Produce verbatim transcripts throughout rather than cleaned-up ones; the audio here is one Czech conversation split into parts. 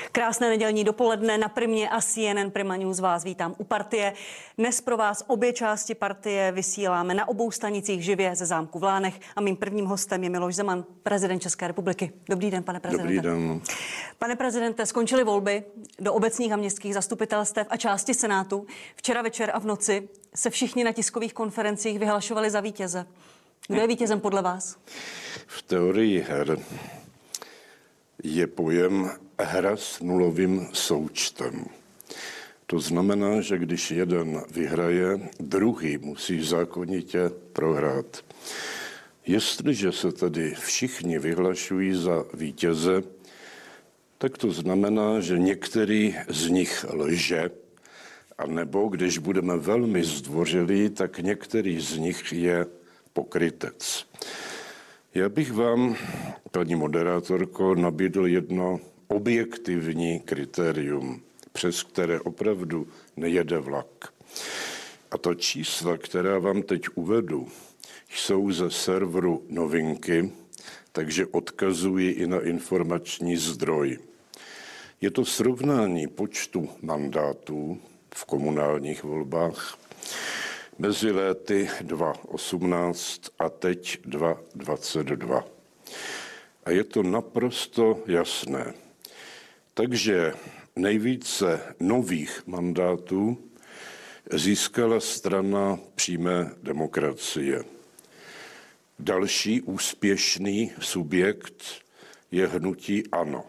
Krásné nedělní dopoledne na Primě a C N N Prima News vás vítám u Partie. Dnes pro vás obě části Partie vysíláme na obou stanicích živě ze zámku v Lánech a mým prvním hostem je Miloš Zeman, prezident České republiky. Dobrý den, pane prezidente. Dobrý den. Pane prezidente, skončily volby do obecních a městských zastupitelstev a části Senátu. Včera večer a v noci se všichni na tiskových konferencích vyhlašovali za vítěze. Kdo je vítězem podle vás? V teorii her je pojem hra s nulovým součtem. To znamená, že když jeden vyhraje, druhý musí zákonitě prohrát. Jestliže se tedy všichni vyhlašují za vítěze, tak to znamená, že některý z nich lže, a nebo když budeme velmi zdvořilí, tak některý z nich je pokrytec. Já bych vám, paní moderátorko, nabídl jedno objektivní kritérium, přes které opravdu nejede vlak. A to čísla, která vám teď uvedu, jsou ze serveru Novinky, takže odkazují i na informační zdroj. Je to srovnání počtu mandátů v komunálních volbách mezi léty dva tisíce osmnáct a teď dva tisíce dvacet dva. A je to naprosto jasné. Takže nejvíce nových mandátů získala strana Přímé demokracie. Další úspěšný subjekt je hnutí ANO.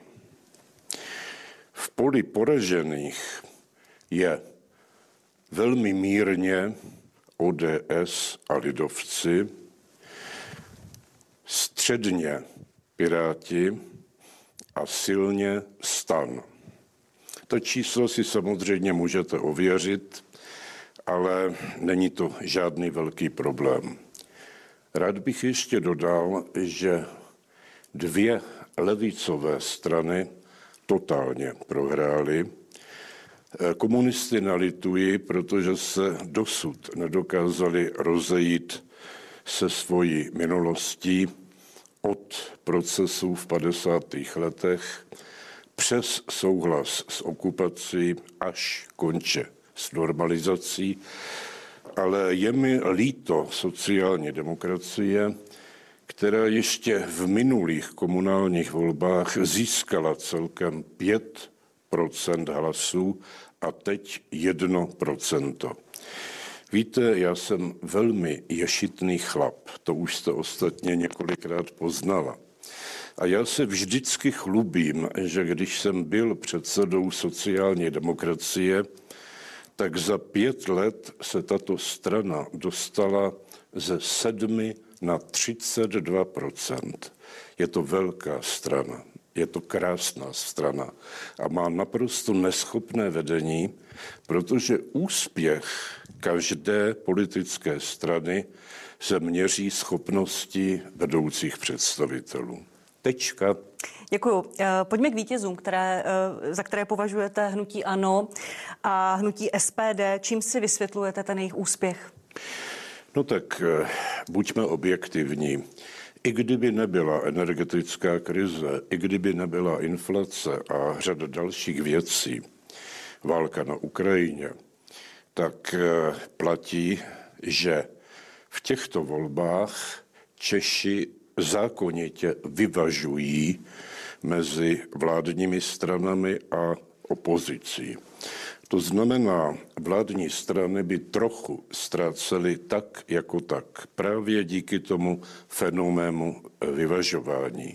V poli poražených je velmi mírně O D S a lidovci, středně Piráti a silně STAN. To číslo si samozřejmě můžete ověřit, ale není to žádný velký problém. Rád bych ještě dodal, že dvě levicové strany totálně prohrály. Komunisty nalitují, protože se dosud nedokázali rozejít se svojí minulostí od procesů v padesátých letech přes souhlas s okupací až konče s normalizací. Ale je mi líto sociální demokracie, která ještě v minulých komunálních volbách získala celkem pět procent hlasů a teď jedno procento. Víte, já jsem velmi ješitný chlap, to už jste ostatně několikrát poznala. A já se vždycky chlubím, že když jsem byl předsedou sociální demokracie, tak za pět let se tato strana dostala ze sedmi na třicet dva procent. Je to velká strana. Je to krásná strana a má naprosto neschopné vedení, protože úspěch každé politické strany se měří schopností vedoucích představitelů. Tečka. Děkuju. Pojďme k vítězům, které, za které považujete hnutí ANO a hnutí S P D. Čím si vysvětlujete ten jejich úspěch? No tak buďme objektivní. I kdyby nebyla energetická krize, i kdyby nebyla inflace a řada dalších věcí, válka na Ukrajině, tak platí, že v těchto volbách Češi zákonitě vyvažují mezi vládními stranami a opozicí. To znamená, vládní strany by trochu ztrácely tak jako tak, právě díky tomu fenoménu vyvažování.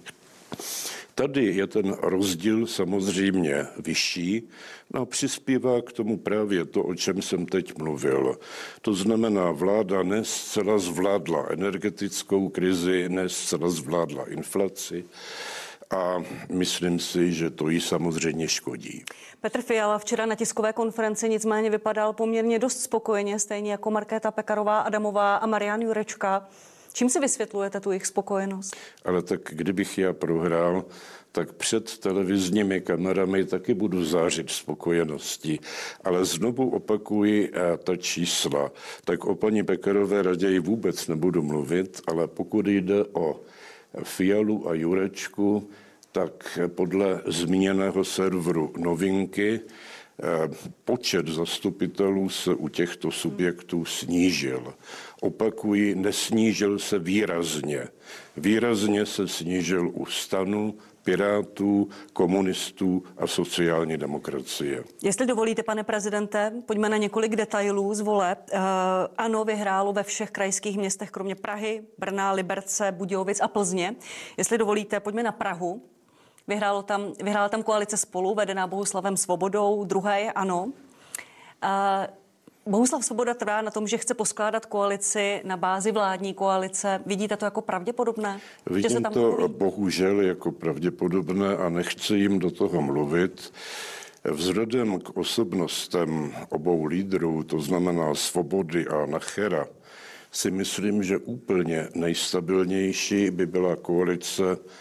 Tady je ten rozdíl samozřejmě vyšší, no a přispívá k tomu právě to, o čem jsem teď mluvil. To znamená, vláda ne zcela zvládla energetickou krizi, ne zcela zvládla inflaci, a myslím si, že to jí samozřejmě škodí. Petr Fiala včera na tiskové konferenci nicméně vypadal poměrně dost spokojeně, stejně jako Markéta Pekarová Adamová a Marian Jurečka. Čím si vysvětlujete tu jejich spokojenost? Ale tak kdybych já prohrál, tak před televizními kamerami taky budu zářit spokojeností. Ale znovu opakuji ta čísla. Tak o paní Pekarové raději vůbec nebudu mluvit, ale pokud jde o Fialu a Jurečku, tak podle zmíněného serveru Novinky počet zastupitelů se u těchto subjektů snížil. Opakuji, nesnížil se výrazně. Výrazně se snížil u STANu, Pirátů, komunistů a sociální demokracie. Jestli dovolíte, pane prezidente, pojďme na několik detailů z voleb. Uh, ANO vyhrálo ve všech krajských městech, kromě Prahy, Brna, Liberce, Budějovic a Plzně. Jestli dovolíte, pojďme na Prahu. Vyhrálo tam, vyhrála tam koalice Spolu, vedená Bohuslavem Svobodou, druhé je ANO. Uh, Bohuslav Svoboda trvá na tom, že chce poskládat koalici na bázi vládní koalice. Vidíte to jako pravděpodobné? Vidím že se tam to mluví? Bohužel jako pravděpodobné a nechci jim do toho mluvit. Vzhledem k osobnostem obou lídrů, to znamená Svobody a Nachera, si myslím, že úplně nejstabilnější by byla koalice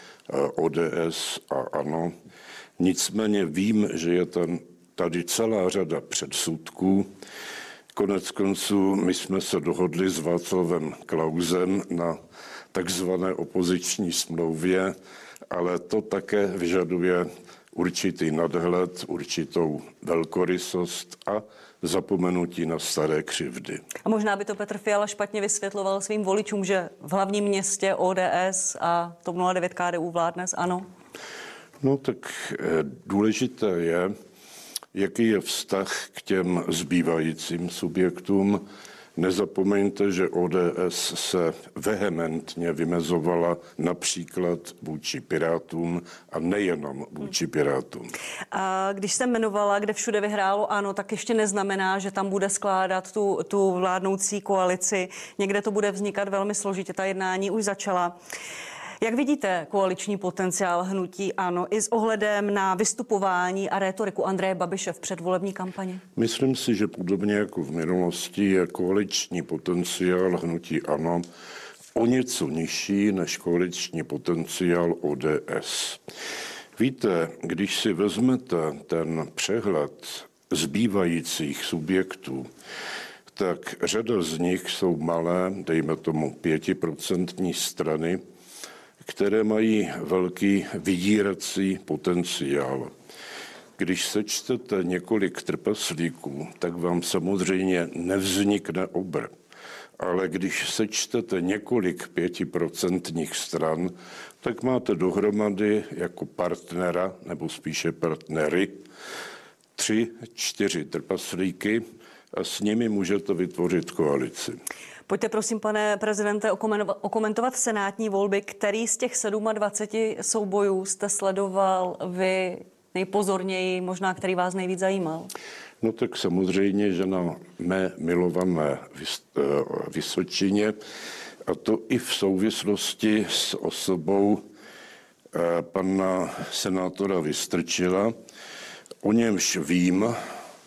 O D S a ANO. Nicméně vím, že je tam tady celá řada předsudků. Konec konců my jsme se dohodli s Václavem Klausem na takzvané opoziční smlouvě, ale to také vyžaduje určitý nadhled, určitou velkorysost a zapomenutí na staré křivdy. A možná by to Petr Fiala špatně vysvětloval svým voličům, že v hlavním městě O D S a TOP nula devět K D U vládne s ANO? No tak důležité je, jaký je vztah k těm zbývajícím subjektům. Nezapomeňte, že O D S se vehementně vymezovala například vůči Pirátům a nejenom vůči Pirátům. A když jsem jmenovala, kde všude vyhrálo ANO, tak ještě neznamená, že tam bude skládat tu, tu vládnoucí koalici. Někde to bude vznikat velmi složitě, ta jednání už začala. Jak vidíte koaliční potenciál hnutí ANO i s ohledem na vystupování a rétoriku Andreje Babiše v předvolební kampani? Myslím si, že podobně jako v minulosti je koaliční potenciál hnutí ANO o něco nižší než koaliční potenciál O D S. Víte, když si vezmete ten přehled zbývajících subjektů, tak řada z nich jsou malé, dejme tomu pětiprocentní strany, které mají velký vydírací potenciál. Když sečtete několik trpaslíků, tak vám samozřejmě nevznikne obr. Ale když sečtete několik pětiprocentních stran, tak máte dohromady jako partnera, nebo spíše partnery, tři, čtyři trpaslíky a s nimi můžete vytvořit koalici. Pojďte prosím, pane prezidente, okomentovat senátní volby. Který z těch dvaceti sedmi soubojů jste sledoval vy nejpozorněji, možná který vás nejvíc zajímal? No tak samozřejmě, že na mé milované Vysočině, a to i v souvislosti s osobou pana senátora Vystrčila, o němž vím,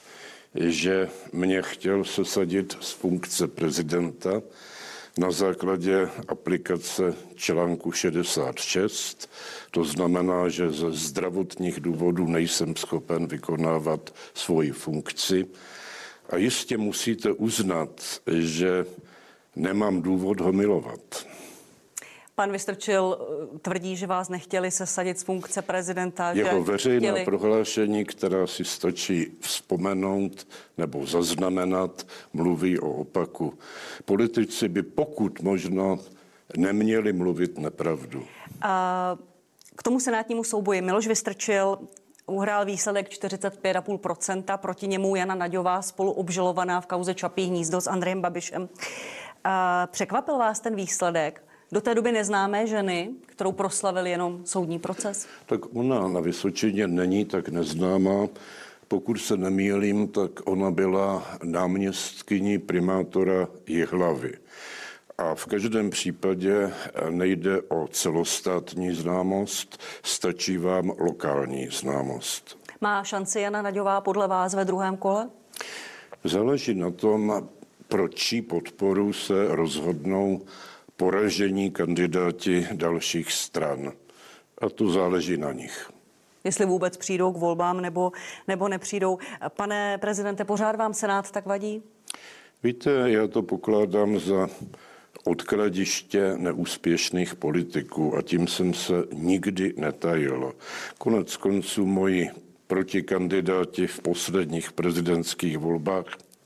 že mě chtěl sesadit z funkce prezidenta na základě aplikace článku šedesát šest. To znamená, že ze zdravotních důvodů nejsem schopen vykonávat svoji funkci. A jistě musíte uznat, že nemám důvod ho milovat. Pan Vystrčil tvrdí, že vás nechtěli sesadit z funkce prezidenta. Jeho že veřejná chtěli... prohlášení, která si stačí vzpomenout nebo zaznamenat, mluví o opaku. Politici by pokud možno neměli mluvit nepravdu. A k tomu senátnímu souboji Miloš Vystrčil uhrál výsledek čtyřicet pět celá pět procenta, proti němu Jana Naďová, spolu obžalovaná v kauze Čapí hnízdo s Andrejem Babišem. A překvapil vás ten výsledek? Do té doby neznámé ženy, kterou proslavil jenom soudní proces? Tak ona na Vysočině není tak neznámá. Pokud se nemýlím, tak ona byla náměstkyní primátora Jihlavy. A v každém případě nejde o celostátní známost, stačí vám lokální známost. Má šanci Jana Naďová podle vás ve druhém kole? Záleží na tom, pro čí podporu se rozhodnou poražení kandidáti dalších stran. A to záleží na nich. Jestli vůbec přijdou k volbám nebo, nebo nepřijdou. Pane prezidente, pořád vám Senát tak vadí? Víte, já to pokládám za odkladiště neúspěšných politiků a tím jsem se nikdy netajil. Konec konců moji protikandidáti v posledních prezidentských volbách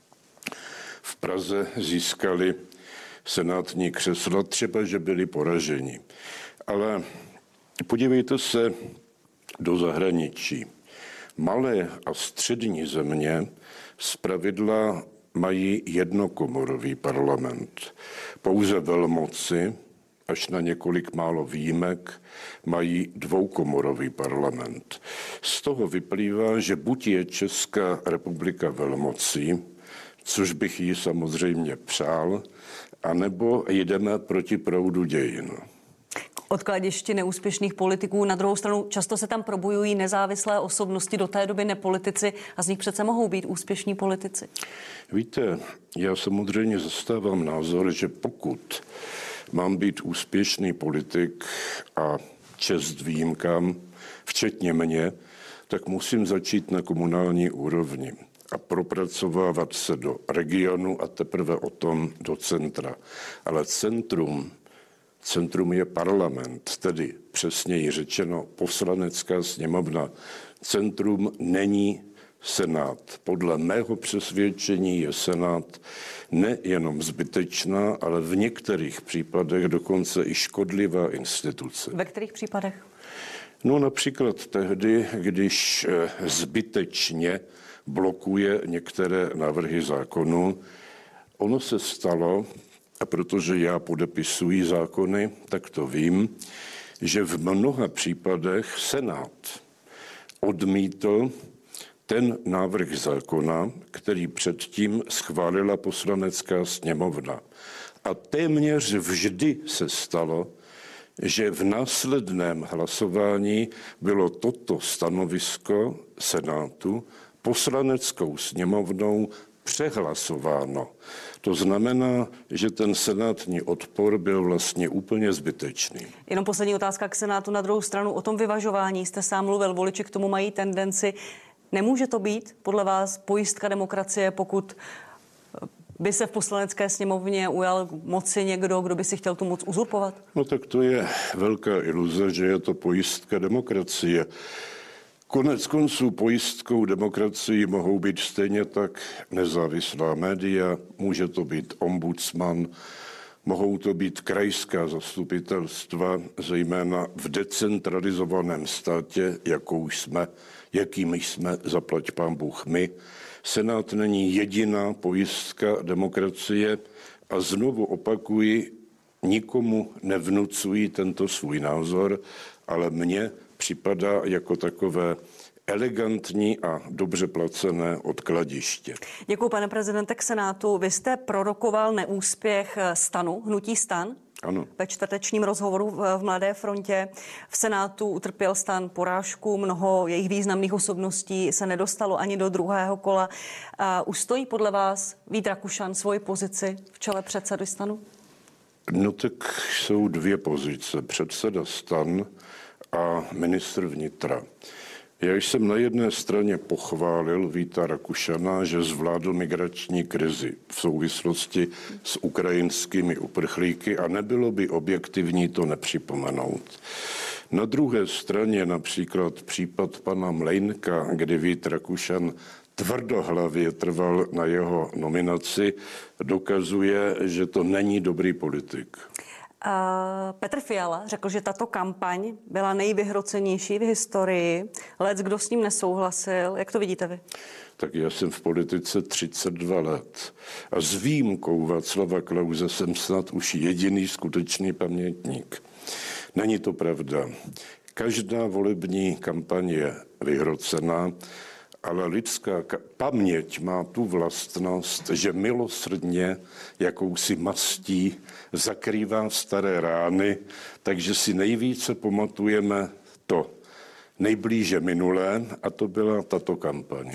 v Praze získali senátní křesla, třeba že byli poraženi. Ale podívejte se do zahraničí. Malé a střední země zpravidla mají jednokomorový parlament. Pouze velmoci, až na několik málo výjimek, mají dvoukomorový parlament. Z toho vyplývá, že buď je Česká republika velmocí, což bych jí samozřejmě přál, anebo jdeme proti proudu dějin. Odkladiště neúspěšných politiků. Na druhou stranu často se tam probojují nezávislé osobnosti, do té doby nepolitici a z nich přece mohou být úspěšní politici. Víte, já samozřejmě zastávám názor, že pokud mám být úspěšný politik a čest výjimkám, včetně mě, tak musím začít na komunální úrovni a propracovávat se do regionu a teprve o tom do centra. Ale centrum Centrum je parlament, tedy přesněji řečeno poslanecká sněmovna. Centrum není senát. Podle mého přesvědčení je senát nejenom zbytečná, ale v některých případech dokonce i škodlivá instituce. Ve kterých případech? No například tehdy, když zbytečně blokuje některé návrhy zákonů. Ono se stalo, a protože já podepisuji zákony, tak to vím, že v mnoha případech Senát odmítl ten návrh zákona, který předtím schválila Poslanecká sněmovna. A téměř vždy se stalo, že v následném hlasování bylo toto stanovisko Senátu Poslaneckou sněmovnou přehlasováno. To znamená, že ten senátní odpor byl vlastně úplně zbytečný. Jenom poslední otázka k Senátu. Na druhou stranu o tom vyvažování jste sám mluvil, voliči k tomu mají tendenci. Nemůže to být podle vás pojistka demokracie, pokud by se v Poslanecké sněmovně ujal moci někdo, kdo by si chtěl tu moc uzurpovat? No tak to je velká iluze, že je to pojistka demokracie. Konec konců pojistkou demokracii mohou být stejně tak nezávislá média, může to být ombudsman, mohou to být krajská zastupitelstva, zejména v decentralizovaném státě, jakou jsme, jakým jsme, zaplať pán Bůh my. Senát není jediná pojistka demokracie a znovu opakuji, nikomu nevnucují tento svůj názor, ale mně připadá jako takové elegantní a dobře placené odkladiště. Děkuji, pane prezidente, k Senátu. Vy jste prorokoval neúspěch STANu, hnutí STAN. Ano. Ve čtvrtečním rozhovoru v Mladé frontě. V Senátu utrpěl STAN porážku, mnoho jejich významných osobností se nedostalo ani do druhého kola. Ustojí podle vás Vít Rakušan svoji pozici v čele předsedy STANu? No tak jsou dvě pozice. Předseda STAN a ministr vnitra. Já jsem na jedné straně pochválil Víta Rakušana, že zvládl migrační krizi v souvislosti s ukrajinskými uprchlíky a nebylo by objektivní to nepřipomenout. Na druhé straně například případ pana Mlejnka, kdy Vít Rakušan tvrdohlavě trval na jeho nominaci, dokazuje, že to není dobrý politik. Petr Fiala řekl, že tato kampaň byla nejvyhrocenější v historii. Lec, kdo s ním nesouhlasil. Jak to vidíte vy? Tak já jsem v politice třicet dva let a s výjimkou Václava Klause jsem snad už jediný skutečný pamětník. Není to pravda. Každá volební kampaň je vyhrocená, ale lidská paměť má tu vlastnost, že milosrdně jakousi mastí zakrývá staré rány, takže si nejvíce pamatujeme to nejblíže minulé a to byla tato kampaň.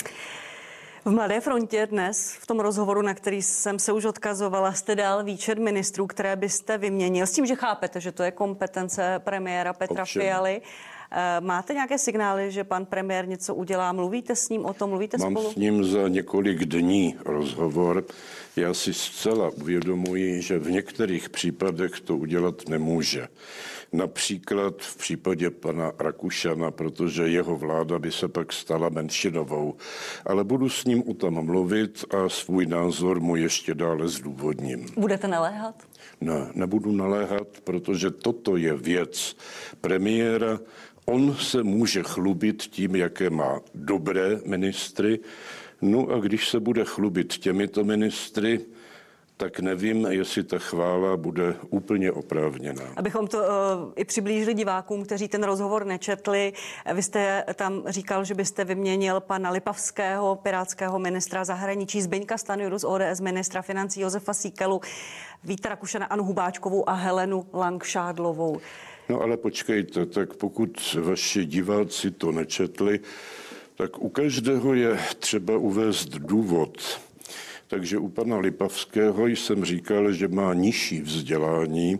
V Mladé frontě dnes, v tom rozhovoru, na který jsem se už odkazovala, jste dal výčet ministrů, které byste vyměnil, s tím, že chápete, že to je kompetence premiéra Petra Ovšem. Fialy. Máte nějaké signály, že pan premiér něco udělá? Mluvíte s ním o tom? Mluvíte Mám spolu? Mám s ním za několik dní rozhovor. Já si zcela uvědomuji, že v některých případech to udělat nemůže. Například v případě pana Rakušana, protože jeho vláda by se pak stala menšinovou. Ale budu s ním o tom mluvit a svůj názor mu ještě dále zdůvodním. Budete naléhat? Ne, nebudu naléhat, protože toto je věc premiéra. On se může chlubit tím, jaké má dobré ministry. No a když se bude chlubit těmito ministry, tak nevím, jestli ta chvála bude úplně oprávněná. Abychom to uh, i přiblížili divákům, kteří ten rozhovor nečetli. Vy jste tam říkal, že byste vyměnil pana Lipavského, pirátského ministra zahraničí, Zbyňka Stanjuru z O D S, ministra financí Josefa Síkelu, Víta Rakušana, Annu Hubáčkovou a Helenu Langšádlovou. No ale počkejte, tak pokud vaši diváci to nečetli, tak u každého je třeba uvést důvod. Takže u pana Lipavského jsem říkal, že má nižší vzdělání,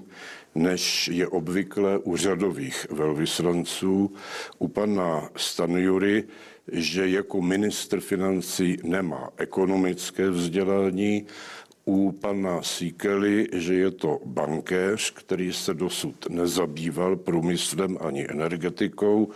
než je obvyklé u řadových velvyslanců. U pana Stanjury, že jako ministr financí nemá ekonomické vzdělání. U pana Síkely, že je to bankéř, který se dosud nezabýval průmyslem ani energetikou.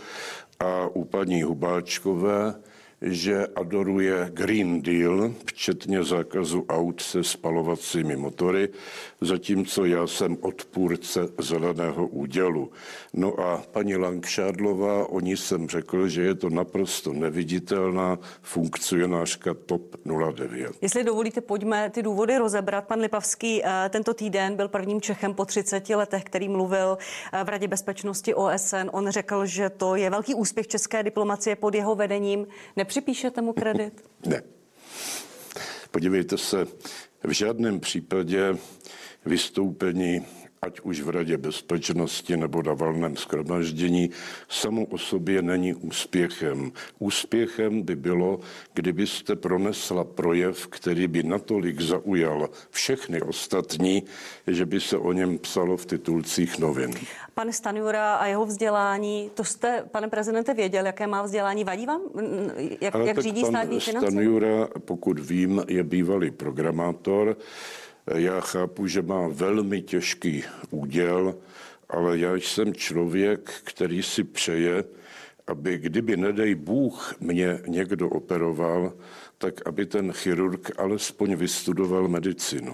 A u paní Hubáčkové, že adoruje Green Deal, včetně zákazu aut se spalovacími motory, zatímco já jsem odpůrce zeleného údělu. No a paní Langšádlová, o ní jsem řekl, že je to naprosto neviditelná funkcionářka T O P nula devět. Jestli dovolíte, pojďme ty důvody rozebrat. Pan Lipavský tento týden byl prvním Čechem po třiceti letech, který mluvil v Radě bezpečnosti O S N. On řekl, že to je velký úspěch české diplomacie pod jeho vedením. Nepřipíšete mu kredit? Ne. Podívejte se, v žádném případě vystoupení, ať už v Radě bezpečnosti nebo na valném shromaždění, samo o sobě není úspěchem. Úspěchem by bylo, kdybyste pronesla projev, který by natolik zaujal všechny ostatní, že by se o něm psalo v titulcích novin. Pan Stanjura a jeho vzdělání, to jste, pane prezidente, věděl, jaké má vzdělání? Vadí vám, jak, jak řídí státní finance? Stanjura, pokud vím, je bývalý programátor. Já chápu, že má velmi těžký úděl, ale já jsem člověk, který si přeje, aby kdyby, nedej Bůh, mě někdo operoval, tak aby ten chirurg alespoň vystudoval medicinu.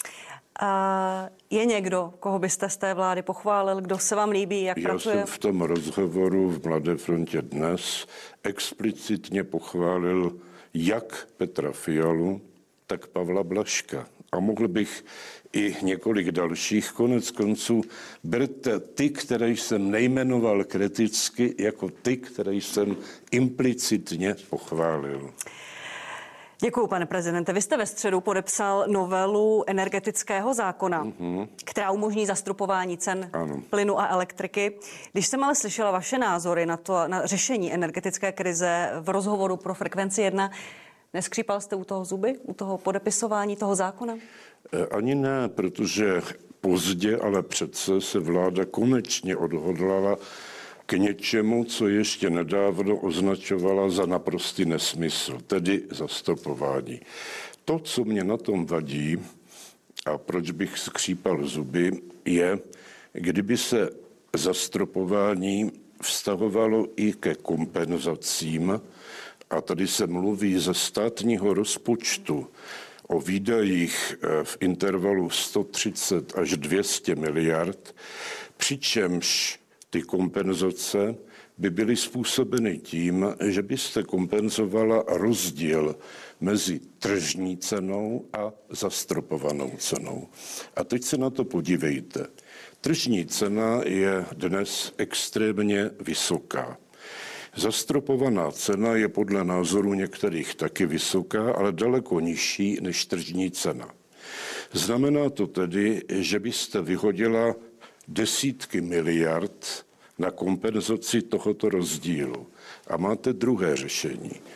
A je někdo, koho byste z té vlády pochválil, kdo se vám líbí, jak Já pracuje? jsem v tom rozhovoru v Mladé frontě dnes explicitně pochválil jak Petra Fialu, tak Pavla Blažka. A mohl bych i několik dalších. Konec konců berte ty, které jsem nejmenoval kriticky, jako ty, které jsem implicitně pochválil. Děkuju, pane prezidente. Vy jste ve středu podepsal novelu energetického zákona, mm-hmm. která umožní zastropování cen ano. plynu a elektriky. Když jsem ale slyšela vaše názory na to, na řešení energetické krize v rozhovoru pro Frekvenci jedna, neskřípal jste u toho zuby, u toho podepisování toho zákona? Ani ne, protože pozdě, ale přece se vláda konečně odhodlala k něčemu, co ještě nedávno označovala za naprostý nesmysl, tedy zastropování. To, co mě na tom vadí, a proč bych skřípal zuby, je, kdyby se zastropování vztahovalo i ke kompenzacím, a tady se mluví ze státního rozpočtu o výdajích v intervalu sto třicet až dvě stě miliard, přičemž ty kompenzace by byly způsobeny tím, že byste kompenzovala rozdíl mezi tržní cenou a zastropovanou cenou. A teď se na to podívejte. Tržní cena je dnes extrémně vysoká. Zastropovaná cena je podle názoru některých taky vysoká, ale daleko nižší než tržní cena. Znamená to tedy, že byste vyhodila desítky miliard na kompenzaci tohoto rozdílu. A máte druhé řešení.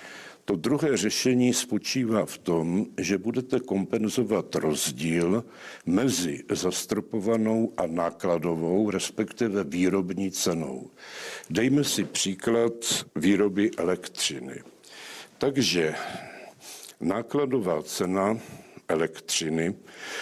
To druhé řešení spočívá v tom, že budete kompenzovat rozdíl mezi zastropovanou a nákladovou, respektive výrobní cenou. Dejme si příklad výroby elektřiny. Takže nákladová cena elektřiny,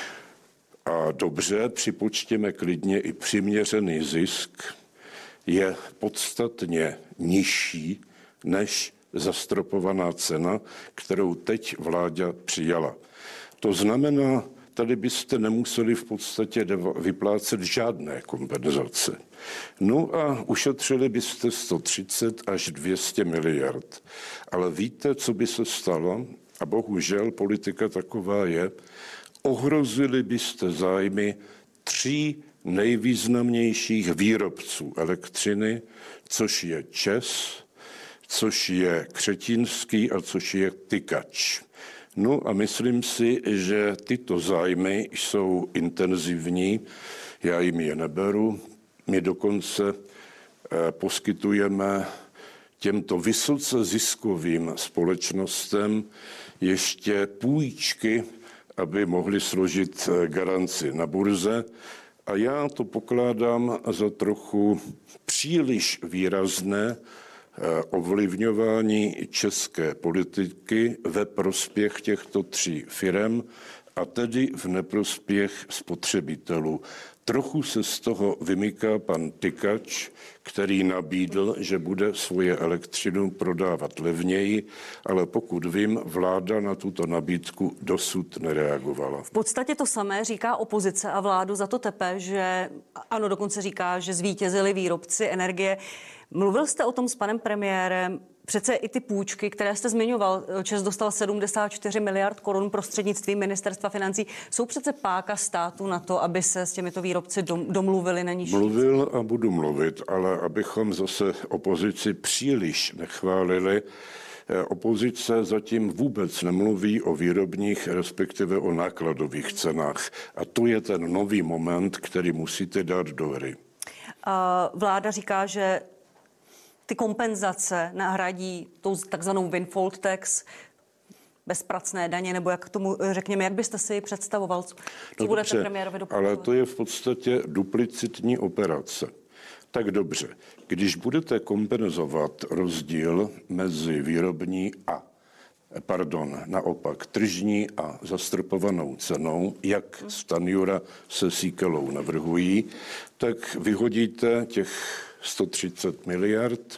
a dobře, připočtěme klidně i přiměřený zisk, je podstatně nižší než zastropovaná cena, kterou teď vláda přijala. To znamená, tady byste nemuseli v podstatě vyplácet žádné kompenzace. No a ušetřili byste sto třicet až dvě stě miliard. Ale víte, co by se stalo? A bohužel politika taková je. Ohrozili byste zájmy tří nejvýznamnějších výrobců elektřiny, což je ČEZ, což je Křetínský a což je Tykač. No a myslím si, že tyto zájmy jsou intenzivní, já jim je neberu. My dokonce eh, poskytujeme těmto vysoce ziskovým společnostem ještě půjčky, aby mohli složit garanci na burze. A já to pokládám za trochu příliš výrazné ovlivňování české politiky ve prospěch těchto tří firem a tedy v neprospěch spotřebitelů. Trochu se z toho vymyká pan Tykač, který nabídl, že bude svoje elektřinu prodávat levněji, ale pokud vím, vláda na tuto nabídku dosud nereagovala. V podstatě to samé říká opozice a vládu za to tepe, že ano, dokonce říká, že zvítězili výrobci energie. Mluvil jste o tom s panem premiérem? Přece i ty půjčky, které jste zmiňoval, ČEZ dostal sedmdesát čtyři miliard korun prostřednictvím ministerstva financí, jsou přece páka státu na to, aby se s těmito výrobci domluvili na nižší. Mluvil a budu mluvit, ale abychom zase opozici příliš nechválili, opozice zatím vůbec nemluví o výrobních, respektive o nákladových cenách. A to je ten nový moment, který musíte dát do hry. Vláda říká, že ty kompenzace nahradí tou takzvanou windfall tax, bezpracné daně, nebo jak tomu řekněme, jak byste si představoval, co no budete dobře, premiérovi doporučovat? Ale to je v podstatě duplicitní operace. Tak dobře, když budete kompenzovat rozdíl mezi výrobní a, pardon, naopak tržní a zastropovanou cenou, jak Stanjura se Síkelou navrhují, tak vyhodíte těch sto třicet miliard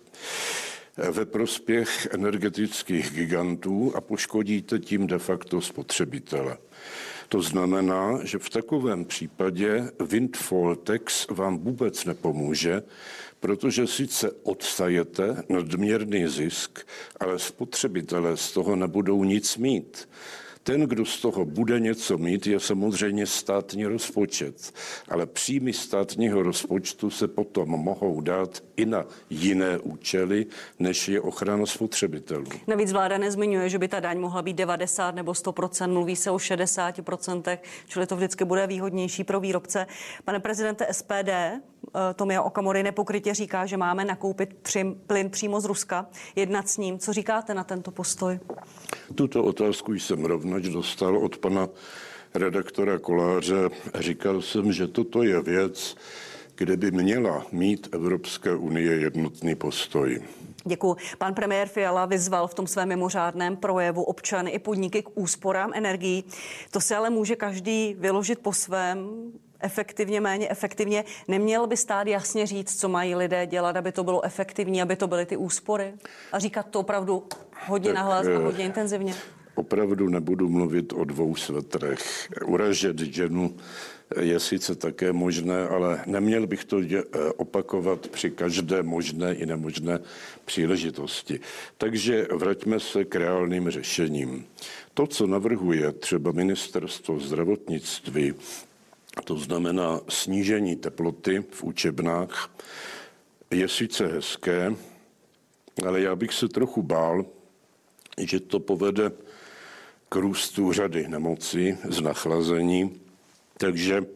ve prospěch energetických gigantů a poškodíte tím de facto spotřebitele. To znamená, že v takovém případě windfall tax vám vůbec nepomůže, protože sice odstajete nadměrný zisk, ale spotřebitelé z toho nebudou nic mít. Ten, kdo z toho bude něco mít, je samozřejmě státní rozpočet. Ale příjmy státního rozpočtu se potom mohou dát i na jiné účely, než je ochrana spotřebitelů. Navíc vláda nezmiňuje, že by ta daň mohla být devadesát nebo sto procent, mluví se o šedesáti procentech, čili to vždycky bude výhodnější pro výrobce. Pane prezidente, S P D Tomia Okamury nepokrytě říká, že máme nakoupit přím, plyn přímo z Ruska, jednat s ním. Co říkáte na tento postoj? Tuto otázku jsem rovněž dostal od pana redaktora Koláře. Říkal jsem, že toto je věc, kde by měla mít Evropská unie jednotný postoj. Děkuji. Pan premiér Fiala vyzval v tom svém mimořádném projevu občany i podniky k úsporám energií. To se ale může každý vyložit po svém, efektivně, méně efektivně. Neměl by stát jasně říct, co mají lidé dělat, aby to bylo efektivní, aby to byly ty úspory? A říkat to opravdu hodně nahlas a hodně intenzivně? Opravdu nebudu mluvit o dvou svetrech. Uražet ženu je sice také možné, ale neměl bych to opakovat při každé možné i nemožné příležitosti. Takže vraťme se k reálným řešením. To, co navrhuje třeba ministerstvo zdravotnictví, to znamená snížení teploty v učebnách, je sice hezké, ale já bych se trochu bál, že to povede k růstu řady nemocí z nachlazení, takže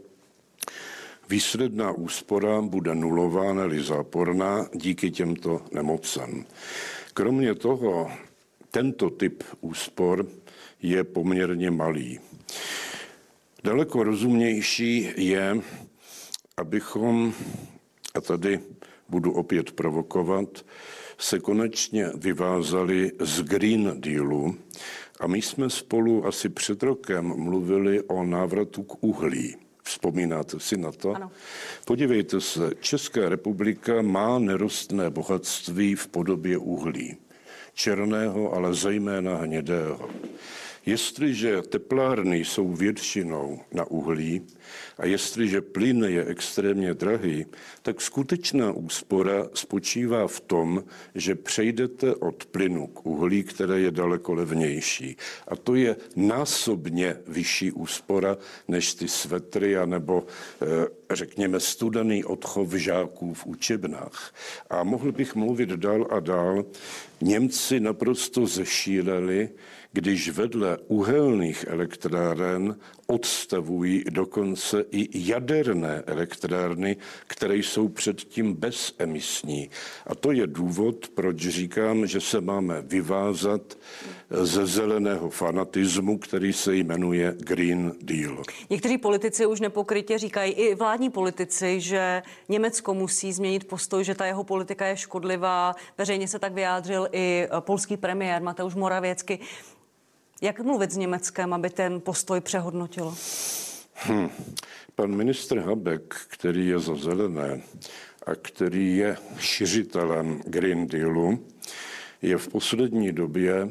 výsledná úspora bude nulová, ne-li záporná díky těmto nemocem. Kromě toho tento typ úspor je poměrně malý. Daleko rozumnější je, abychom, a tady budu opět provokovat, se konečně vyvázali z Green Dealu a my jsme spolu asi před rokem mluvili o návratu k uhlí. Vzpomínáte si na to? Ano. Podívejte se, Česká republika má nerostné bohatství v podobě uhlí. Černého, ale zejména hnědého. Jestliže teplárny jsou většinou na uhlí a jestliže plyn je extrémně drahý, tak skutečná úspora spočívá v tom, že přejdete od plynu k uhlí, které je daleko levnější. A to je násobně vyšší úspora než ty svetry anebo řekněme studený odchov žáků v učebnách. A mohl bych mluvit dál a dál. Němci naprosto zešíleli, když vedle uhelných elektráren odstavují dokonce i jaderné elektrárny, které jsou předtím bezemisní. A to je důvod, proč říkám, že se máme vyvázat ze zeleného fanatismu, který se jmenuje Green Deal. Někteří politici už nepokrytě říkají, i vládní politici, že Německo musí změnit postoj, že ta jeho politika je škodlivá. Veřejně se tak vyjádřil i polský premiér Mateusz Morawiecki. Jak mluvit s Německem, aby ten postoj přehodnotilo? Hmm. Pan ministr Habeck, který je za zelené a který je šiřitelem Green Dealu, je v poslední době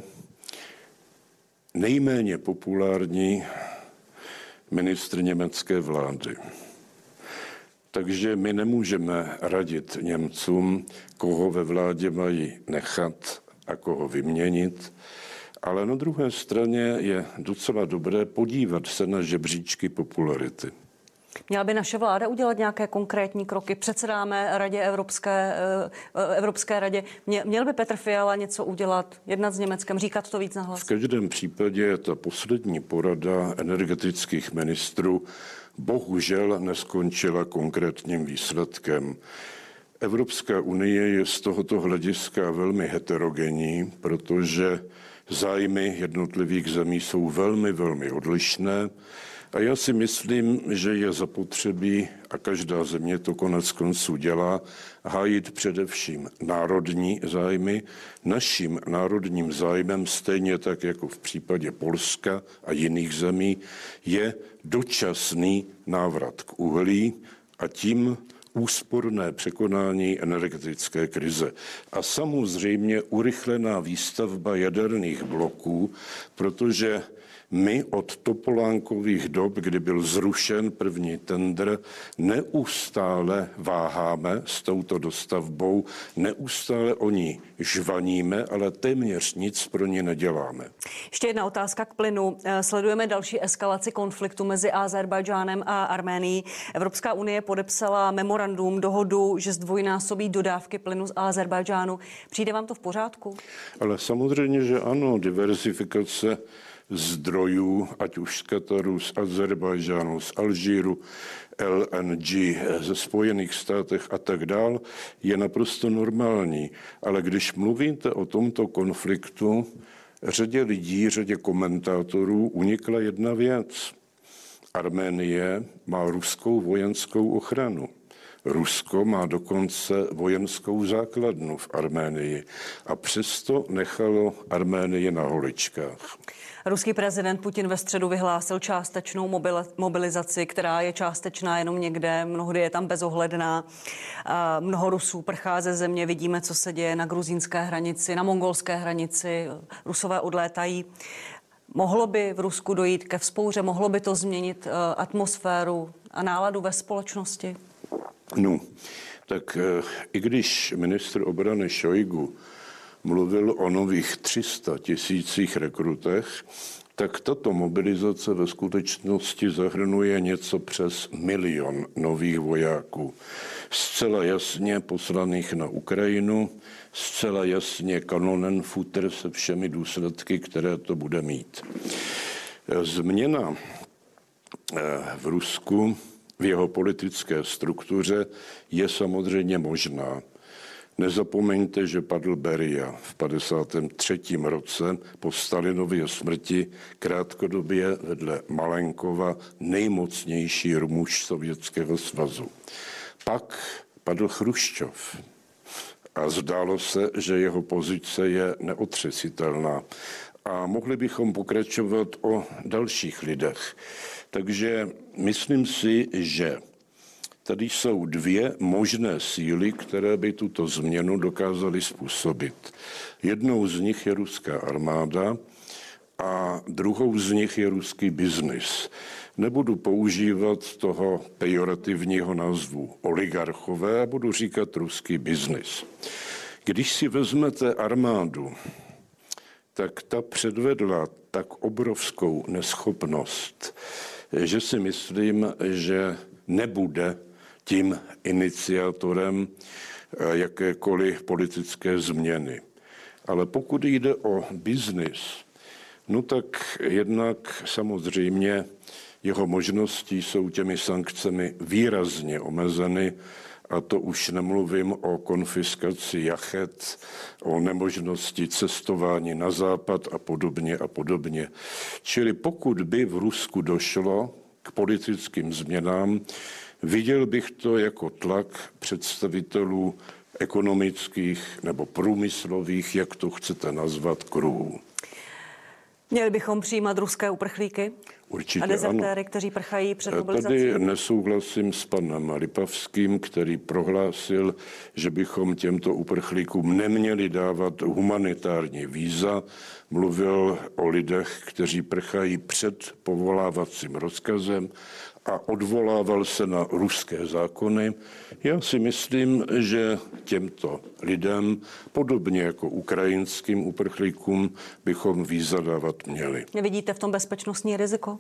nejméně populární ministr německé vlády. Takže my nemůžeme radit Němcům, koho ve vládě mají nechat a koho vyměnit. Ale na druhé straně je docela dobré podívat se na žebříčky popularity. Měla by naše vláda udělat nějaké konkrétní kroky? Předsedáme radě Evropské, Evropské radě. Měl by Petr Fiala něco udělat, jednat s Německem, říkat to víc nahlas? V každém případě ta poslední porada energetických ministrů bohužel neskončila konkrétním výsledkem. Evropská unie je z tohoto hlediska velmi heterogenní, protože zájmy jednotlivých zemí jsou velmi, velmi odlišné a já si myslím, že je zapotřebí, a každá země to konec konců dělá, hájit především národní zájmy. Naším národním zájmem, stejně tak jako v případě Polska a jiných zemí, je dočasný návrat k uhlí a tím úsporné překonání energetické krize. A samozřejmě urychlená výstavba jaderných bloků, protože my od Topolánkových dob, kdy byl zrušen první tendr, neustále váháme s touto dostavbou, neustále o ní žvaníme, ale téměř nic pro ní neděláme. Ještě jedna otázka k plynu. Sledujeme další eskalaci konfliktu mezi Ázerbájdžánem a Arménií. Evropská unie podepsala memorandum, dohodu, že zdvojnásobí dodávky plynu z Ázerbájdžánu. Přijde vám to v pořádku? Ale samozřejmě, že ano, diverzifikace zdrojů, ať už z Kataru, z Ázerbájdžánu, z Alžíru, L N G ze Spojených státech a tak dál, je naprosto normální. Ale když mluvíte o tomto konfliktu, řadě lidí, řadě komentátorů unikla jedna věc. Arménie má ruskou vojenskou ochranu. Rusko má dokonce vojenskou základnu v Arménii a přesto nechalo Arménii na holičkách. Ruský prezident Putin ve středu vyhlásil částečnou mobilizaci, která je částečná jenom někde, mnohdy je tam bezohledná. Mnoho Rusů prchá ze země, vidíme, co se děje na gruzínské hranici, na mongolské hranici, Rusové odlétají. Mohlo by v Rusku dojít ke vzpouře, mohlo by to změnit atmosféru a náladu ve společnosti? No, tak i když ministr obrany Šojgu mluvil o nových tři sta tisících rekrutech, tak tato mobilizace ve skutečnosti zahrnuje něco přes milion nových vojáků. Zcela jasně poslaných na Ukrajinu, zcela jasně Kanonenfutter se všemi důsledky, které to bude mít. Změna v Rusku, v jeho politické struktuře je samozřejmě možná. Nezapomeňte, že padl Beria v padesátém třetím roce po Stalinově smrti, krátkodobě vedle Malenkova, nejmocnější muž Sovětského svazu. Pak padl Chruščov a zdálo se, že jeho pozice je neotřesitelná. A mohli bychom pokračovat o dalších lidech. Takže myslím si, že tady jsou dvě možné síly, které by tuto změnu dokázaly způsobit. Jednou z nich je ruská armáda a druhou z nich je ruský biznis. Nebudu používat toho pejorativního názvu oligarchové a budu říkat ruský biznis. Když si vezmete armádu, tak ta předvedla tak obrovskou neschopnost, že si myslím, že nebude tím iniciátorem jakékoliv politické změny. Ale pokud jde o biznis, no tak jednak samozřejmě jeho možnosti jsou těmi sankcemi výrazně omezeny, a to už nemluvím o konfiskaci jachet, o nemožnosti cestování na západ a podobně a podobně. Čili pokud by v Rusku došlo k politickým změnám, viděl bych to jako tlak představitelů ekonomických nebo průmyslových, jak to chcete nazvat, kruhů. Měli bychom přijímat ruské uprchlíky? Určitě a dezertéry, ano. kteří prchají před mobilizací? Tady nesouhlasím s panem Lipavským, který prohlásil, že bychom těmto uprchlíkům neměli dávat humanitární víza. Mluvil o lidech, kteří prchají před povolávacím rozkazem a odvolával se na ruské zákony. Já si myslím, že těmto lidem, podobně jako ukrajinským uprchlíkům, bychom víza dávat měli. Nevidíte v tom bezpečnostní riziko?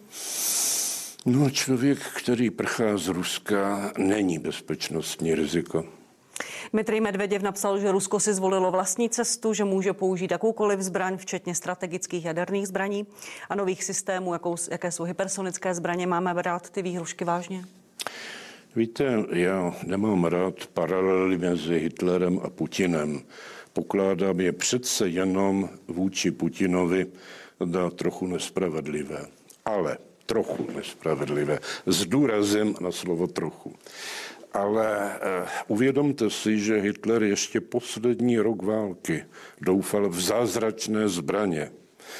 No, člověk, který prchá z Ruska, není bezpečnostní riziko. Dmitrij Medveděv napsal, že Rusko si zvolilo vlastní cestu, že může použít jakoukoliv zbraň, včetně strategických jaderných zbraní a nových systémů, jakou, jaké jsou hypersonické zbraně. Máme brát ty výhrušky vážně? Víte, já nemám rád paralely mezi Hitlerem a Putinem. Pokládám je přece jenom vůči Putinovi na trochu nespravedlivé. Ale trochu nespravedlivé. S důrazem na slovo trochu. Ale eh, uvědomte si, že Hitler ještě poslední rok války doufal v zázračné zbraně.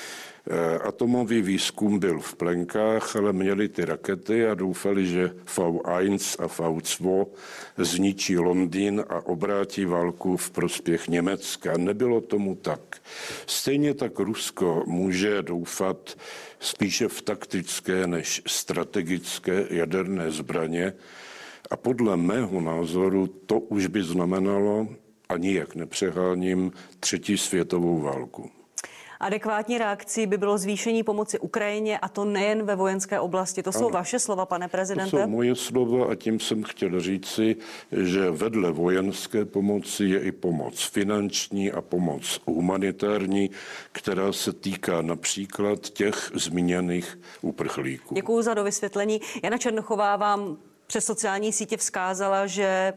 Eh, atomový výzkum byl v plenkách, ale měli ty rakety a doufali, že V jedna a V dva zničí Londýn a obrátí válku v prospěch Německa. Nebylo tomu tak. Stejně tak Rusko může doufat spíše v taktické než strategické jaderné zbraně, a podle mého názoru to už by znamenalo, a nijak nepřeháním, třetí světovou válku. Adekvátní reakcí by bylo zvýšení pomoci Ukrajině, a to nejen ve vojenské oblasti. To jsou ano. vaše slova, pane prezidente? To jsou moje slova a tím jsem chtěl říci, že vedle vojenské pomoci je i pomoc finanční a pomoc humanitární, která se týká například těch zmíněných uprchlíků. Děkuji za dovysvětlení. Jana Černochová vám přes sociální sítě vzkázala, že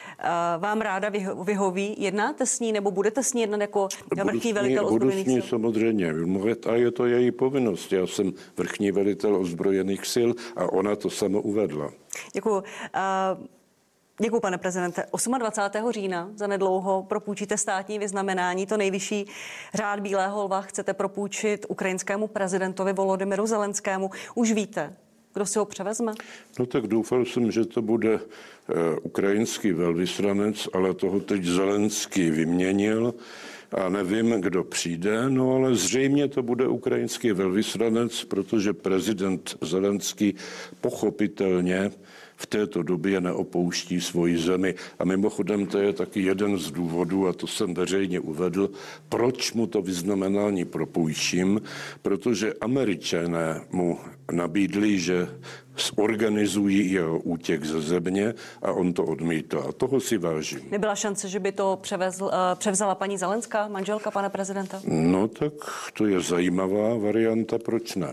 vám ráda vyhoví. Jednáte s ní nebo budete s ní jednat jako vrchní velitel ozbrojených sil? Budu s ní samozřejmě mluvit a je to její povinnost. Já jsem vrchní velitel ozbrojených sil a ona to sama uvedla. Děkuji. Děkuji, pane prezidente. dvacátého osmého října zanedlouho propůjčíte státní vyznamenání, to nejvyšší řád Bílého lva chcete propůjčit ukrajinskému prezidentovi Volodymyru Zelenskému. Už víte, kdo si ho převezme? No tak doufal jsem, že to bude uh, ukrajinský velvyslanec, ale toho teď Zelenský vyměnil a nevím, kdo přijde, no ale zřejmě to bude ukrajinský velvyslanec, protože prezident Zelenský pochopitelně v této době neopouští svoji zemi. A mimochodem to je taky jeden z důvodů, a to jsem veřejně uvedl, proč mu to vyznamenání propůjčím, protože Američané mu nabídli, že zorganizují jeho útěk ze země a on to odmítl. A toho si vážím. Nebyla šance, že by to převezl, převzala paní Zelenská, manželka pana prezidenta? No tak to je zajímavá varianta, proč ne?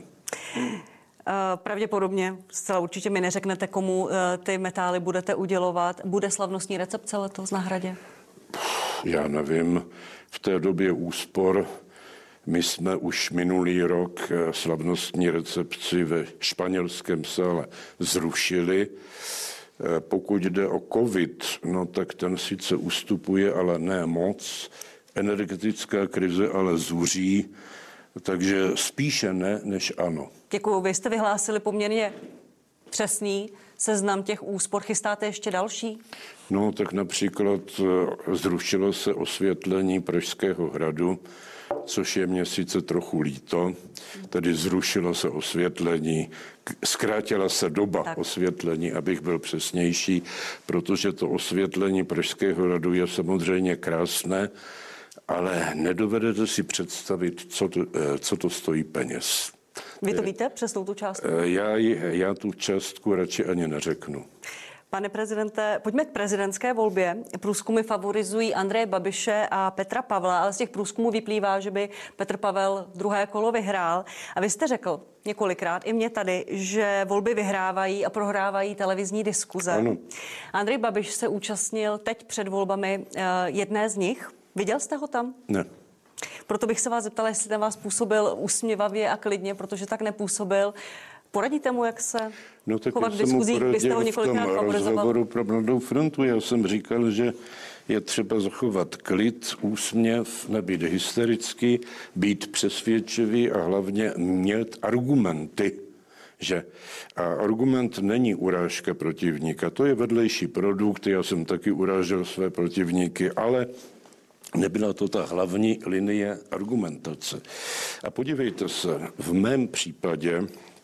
Pravděpodobně, zcela určitě mi neřeknete, komu ty metály budete udělovat. Bude slavnostní recepce letos na Hradě? Já nevím, v té době úspor my jsme už minulý rok slavnostní recepci ve španělském sále zrušili. Pokud jde o covid, no tak ten sice ustupuje, ale ne moc. Energetická krize ale zuří, takže spíše ne, než ano. Děkuju. Vy jste vyhlásili poměrně přesný seznam těch úspor. Chystáte ještě další? No tak například zrušilo se osvětlení Pražského hradu, což je mě sice trochu líto, tedy zrušilo se osvětlení, zkrátila se doba tak. osvětlení, abych byl přesnější, protože to osvětlení Pražského hradu je samozřejmě krásné, ale nedovedete si představit, co to, co to stojí peněz. Vy to víte přesnou tu částku? Já, já tu částku radši ani neřeknu. Pane prezidente, pojďme k prezidentské volbě. Průzkumy favorizují Andreje Babiše a Petra Pavla, ale z těch průzkumů vyplývá, že by Petr Pavel druhé kolo vyhrál. A vy jste řekl několikrát, i mě tady, že volby vyhrávají a prohrávají televizní diskuze. Ano. Andrej Babiš se účastnil teď před volbami jedné z nich. Viděl jste ho tam? Ne. Proto bych se vás zeptala, jestli ten vás působil úsměvavě a klidně, protože tak nepůsobil. Poradíte mu, jak se no, tak chovat v diskuzích? Vy jste ho několikrát favorizoval. V tom rozhovoru pro Mladou frontu já jsem říkal, že je třeba zachovat klid, úsměv, nebýt hysterický, být přesvědčivý a hlavně mít argumenty. Že a argument není urážka protivníka, to je vedlejší produkt, já jsem taky urážel své protivníky, ale nebyla to ta hlavní linie argumentace. A podívejte se, v mém případě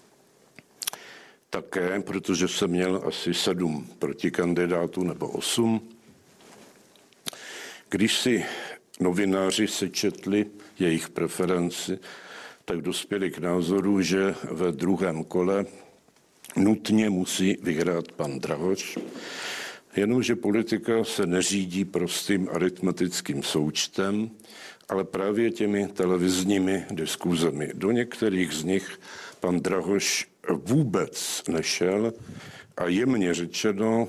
také, protože jsem měl asi sedm protikandidátů nebo osm, když si novináři sečetli jejich preferenci, tak dospěli k názoru, že ve druhém kole nutně musí vyhrát pan Drahoš, jenomže politika se neřídí prostým aritmetickým součtem, ale právě těmi televizními diskuzemi. Do některých z nich pan Drahoš vůbec nešel a jemně řečeno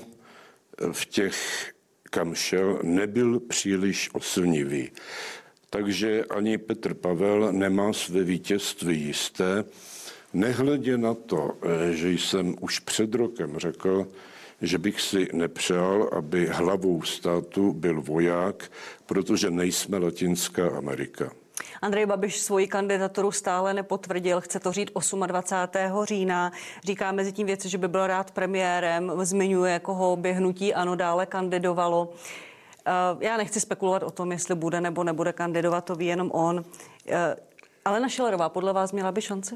v těch, kam šel, nebyl příliš oslnivý. Takže ani Petr Pavel nemá své vítězství jisté, nehledě na to, že jsem už před rokem řekl, že bych si nepřál, aby hlavou státu byl voják, protože nejsme Latinská Amerika. Andrej Babiš svoji kandidaturu stále nepotvrdil, chce to říct dvacátého osmého října. Říká mezi tím věci, že by byl rád premiérem, zmiňuje, koho by hnutí ANO dále kandidovalo. Já nechci spekulovat o tom, jestli bude nebo nebude kandidovat, to ví jenom on. Alena Schillerová, podle vás měla by šanci?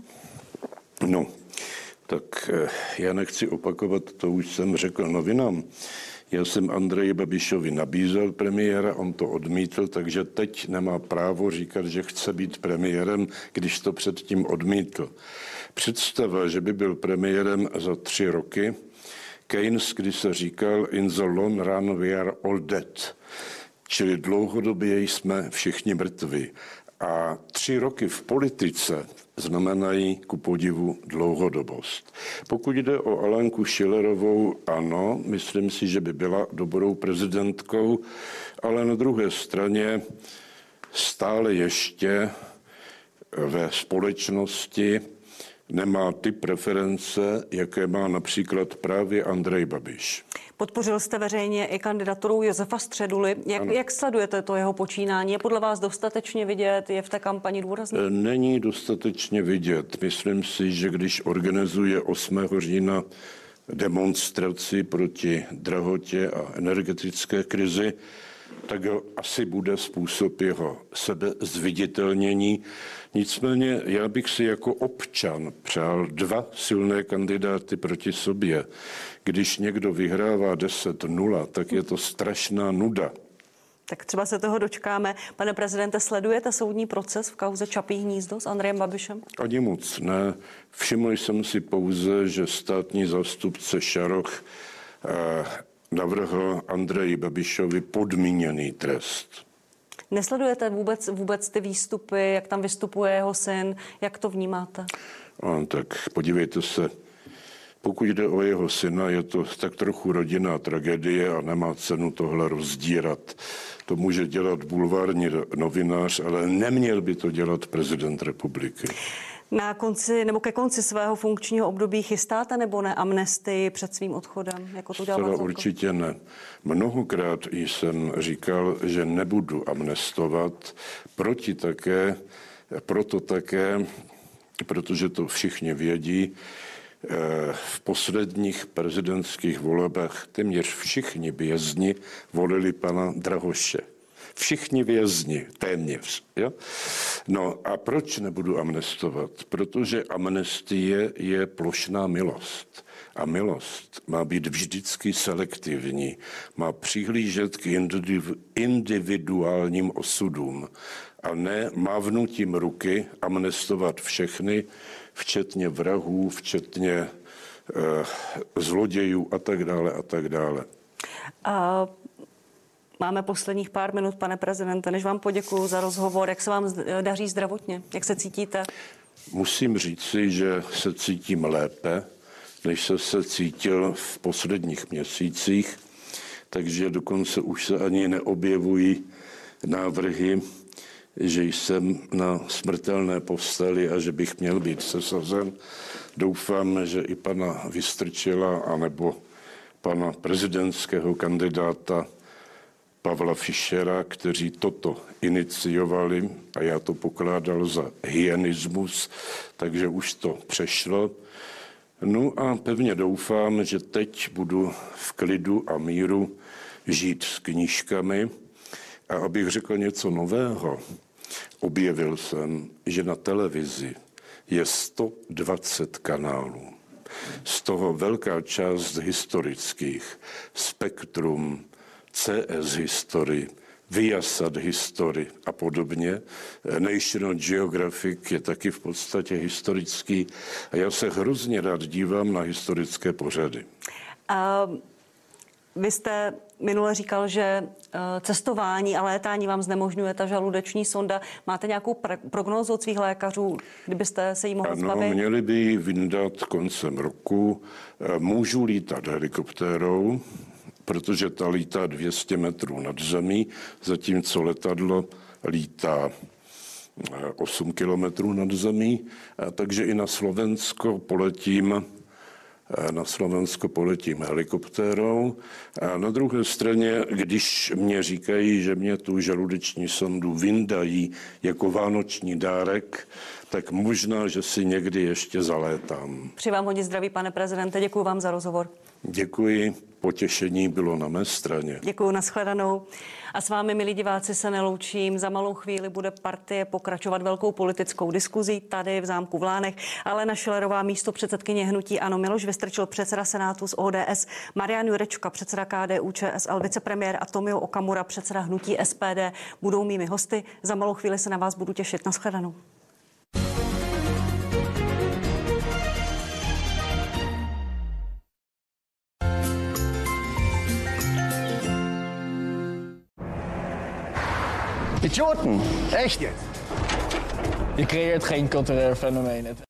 No, tak já nechci opakovat, to už jsem řekl novinám. Já jsem Andreji Babišovi nabízel premiéra, on to odmítl, takže teď nemá právo říkat, že chce být premiérem, když to předtím odmítl. Představa, že by byl premiérem za tři roky, Keynes, když se říkal in the long run we are all dead, čili dlouhodobě jsme všichni mrtví. A tři roky v politice znamenají ku podivu dlouhodobost. Pokud jde o Alenku Schillerovou, ano, myslím si, že by byla dobrou prezidentkou, ale na druhé straně stále ještě ve společnosti nemá ty preference, jaké má například právě Andrej Babiš. Podpořil jste veřejně i kandidaturu Josefa Středuly. Jak, jak sledujete to jeho počínání? Je podle vás dostatečně vidět? Je v té kampani důrazný? Není dostatečně vidět. Myslím si, že když organizuje osmého října demonstraci proti drahotě a energetické krizi, tak asi bude způsob jeho sebezviditelnění. Nicméně já bych si jako občan přál dva silné kandidáty proti sobě. Když někdo vyhrává deset nula, tak je to strašná nuda. Tak třeba se toho dočkáme. Pane prezidente, sledujete soudní proces v kauze Čapí hnízdo s Andrejem Babišem? Ani moc ne. Všiml jsem si pouze, že státní zástupce Šaroch eh, navrhl Andreji Babišovi podmíněný trest. Nesledujete vůbec, vůbec ty výstupy, jak tam vystupuje jeho syn, jak to vnímáte? A, tak podívejte se, Pokud jde o jeho syna, je to tak trochu rodinná tragédie a nemá cenu tohle rozdírat. To může dělat bulvární novinář, ale neměl by to dělat prezident republiky. Na konci nebo ke konci svého funkčního období chystáte nebo ne amnestii před svým odchodem? Jako to dělal Zcela určitě ne. Mnohokrát jsem říkal, že nebudu amnestovat, proti také, proto také, protože to všichni vědí, v posledních prezidentských volbách téměř všichni vězni volili pana Drahoše. Všichni vězni, téměř. Jo? No a proč nebudu amnestovat? Protože amnestie je plošná milost. A milost má být vždycky selektivní. Má přihlížet k individuálním osudům a ne mávnutím ruky amnestovat všechny, včetně vrahů, včetně eh, zlodějů a tak dále a tak dále. A máme posledních pár minut, pane prezidente, než vám poděkuju za rozhovor. Jak se vám daří zdravotně? Jak se cítíte? Musím říci, že se cítím lépe, než jsem se cítil v posledních měsících, takže dokonce už se ani neobjevují návrhy, že jsem na smrtelné posteli a že bych měl být sesazen. Doufám, že i pana Vystrčila anebo pana prezidentského kandidáta Pavla Fischera, kteří toto iniciovali, a já to pokládal za hyenismus, takže už to přešlo. No a pevně doufám, že teď budu v klidu a míru žít s knížkami. A abych řekl něco nového, objevil jsem, že na televizi je sto dvacet kanálů. Z toho velká část historických, Spektrum, C S History, Viasat History a podobně. National Geographic je taky v podstatě historický a já se hrozně rád dívám na historické pořady. A vy jste minule říkal, že cestování a létání vám znemožňuje ta žaludeční sonda. Máte nějakou pr- prognózu od svých lékařů, kdybyste se jí mohli ano, zbavit? Ano, měli by ji vyndat koncem roku. Můžu lítat helikoptérou, protože ta lítá dvě stě metrů nad zemí, zatímco letadlo lítá osm kilometrů nad zemí, takže i na Slovensko poletím na Slovensko poletím helikoptérou. A na druhé straně, když mě říkají, že mě tu žaludeční sondu vyndají jako vánoční dárek, tak možná, že si někdy ještě zalétám. Přeji vám hodně zdraví, pane prezidente. Děkuji vám za rozhovor. Děkuji, potěšení bylo na mé straně. Děkuji, nashledanou. A s vámi, milí diváci, se neloučím. Za malou chvíli bude partie pokračovat velkou politickou diskuzí tady v zámku v Lánech. Alena Schillerová, místo předsedkyně hnutí ANO, Miloš Vystrčil, předseda Senátu z O D S, Marian Jurečka, předseda K D U Č S L, vicepremiér a Tomio Okamura, předseda hnutí S P D, budou mými hosty. Za malou chvíli se na vás budu těšit. Nashledanou. Idioten, echt jetzt? Je creëert geen culturele fenomeen.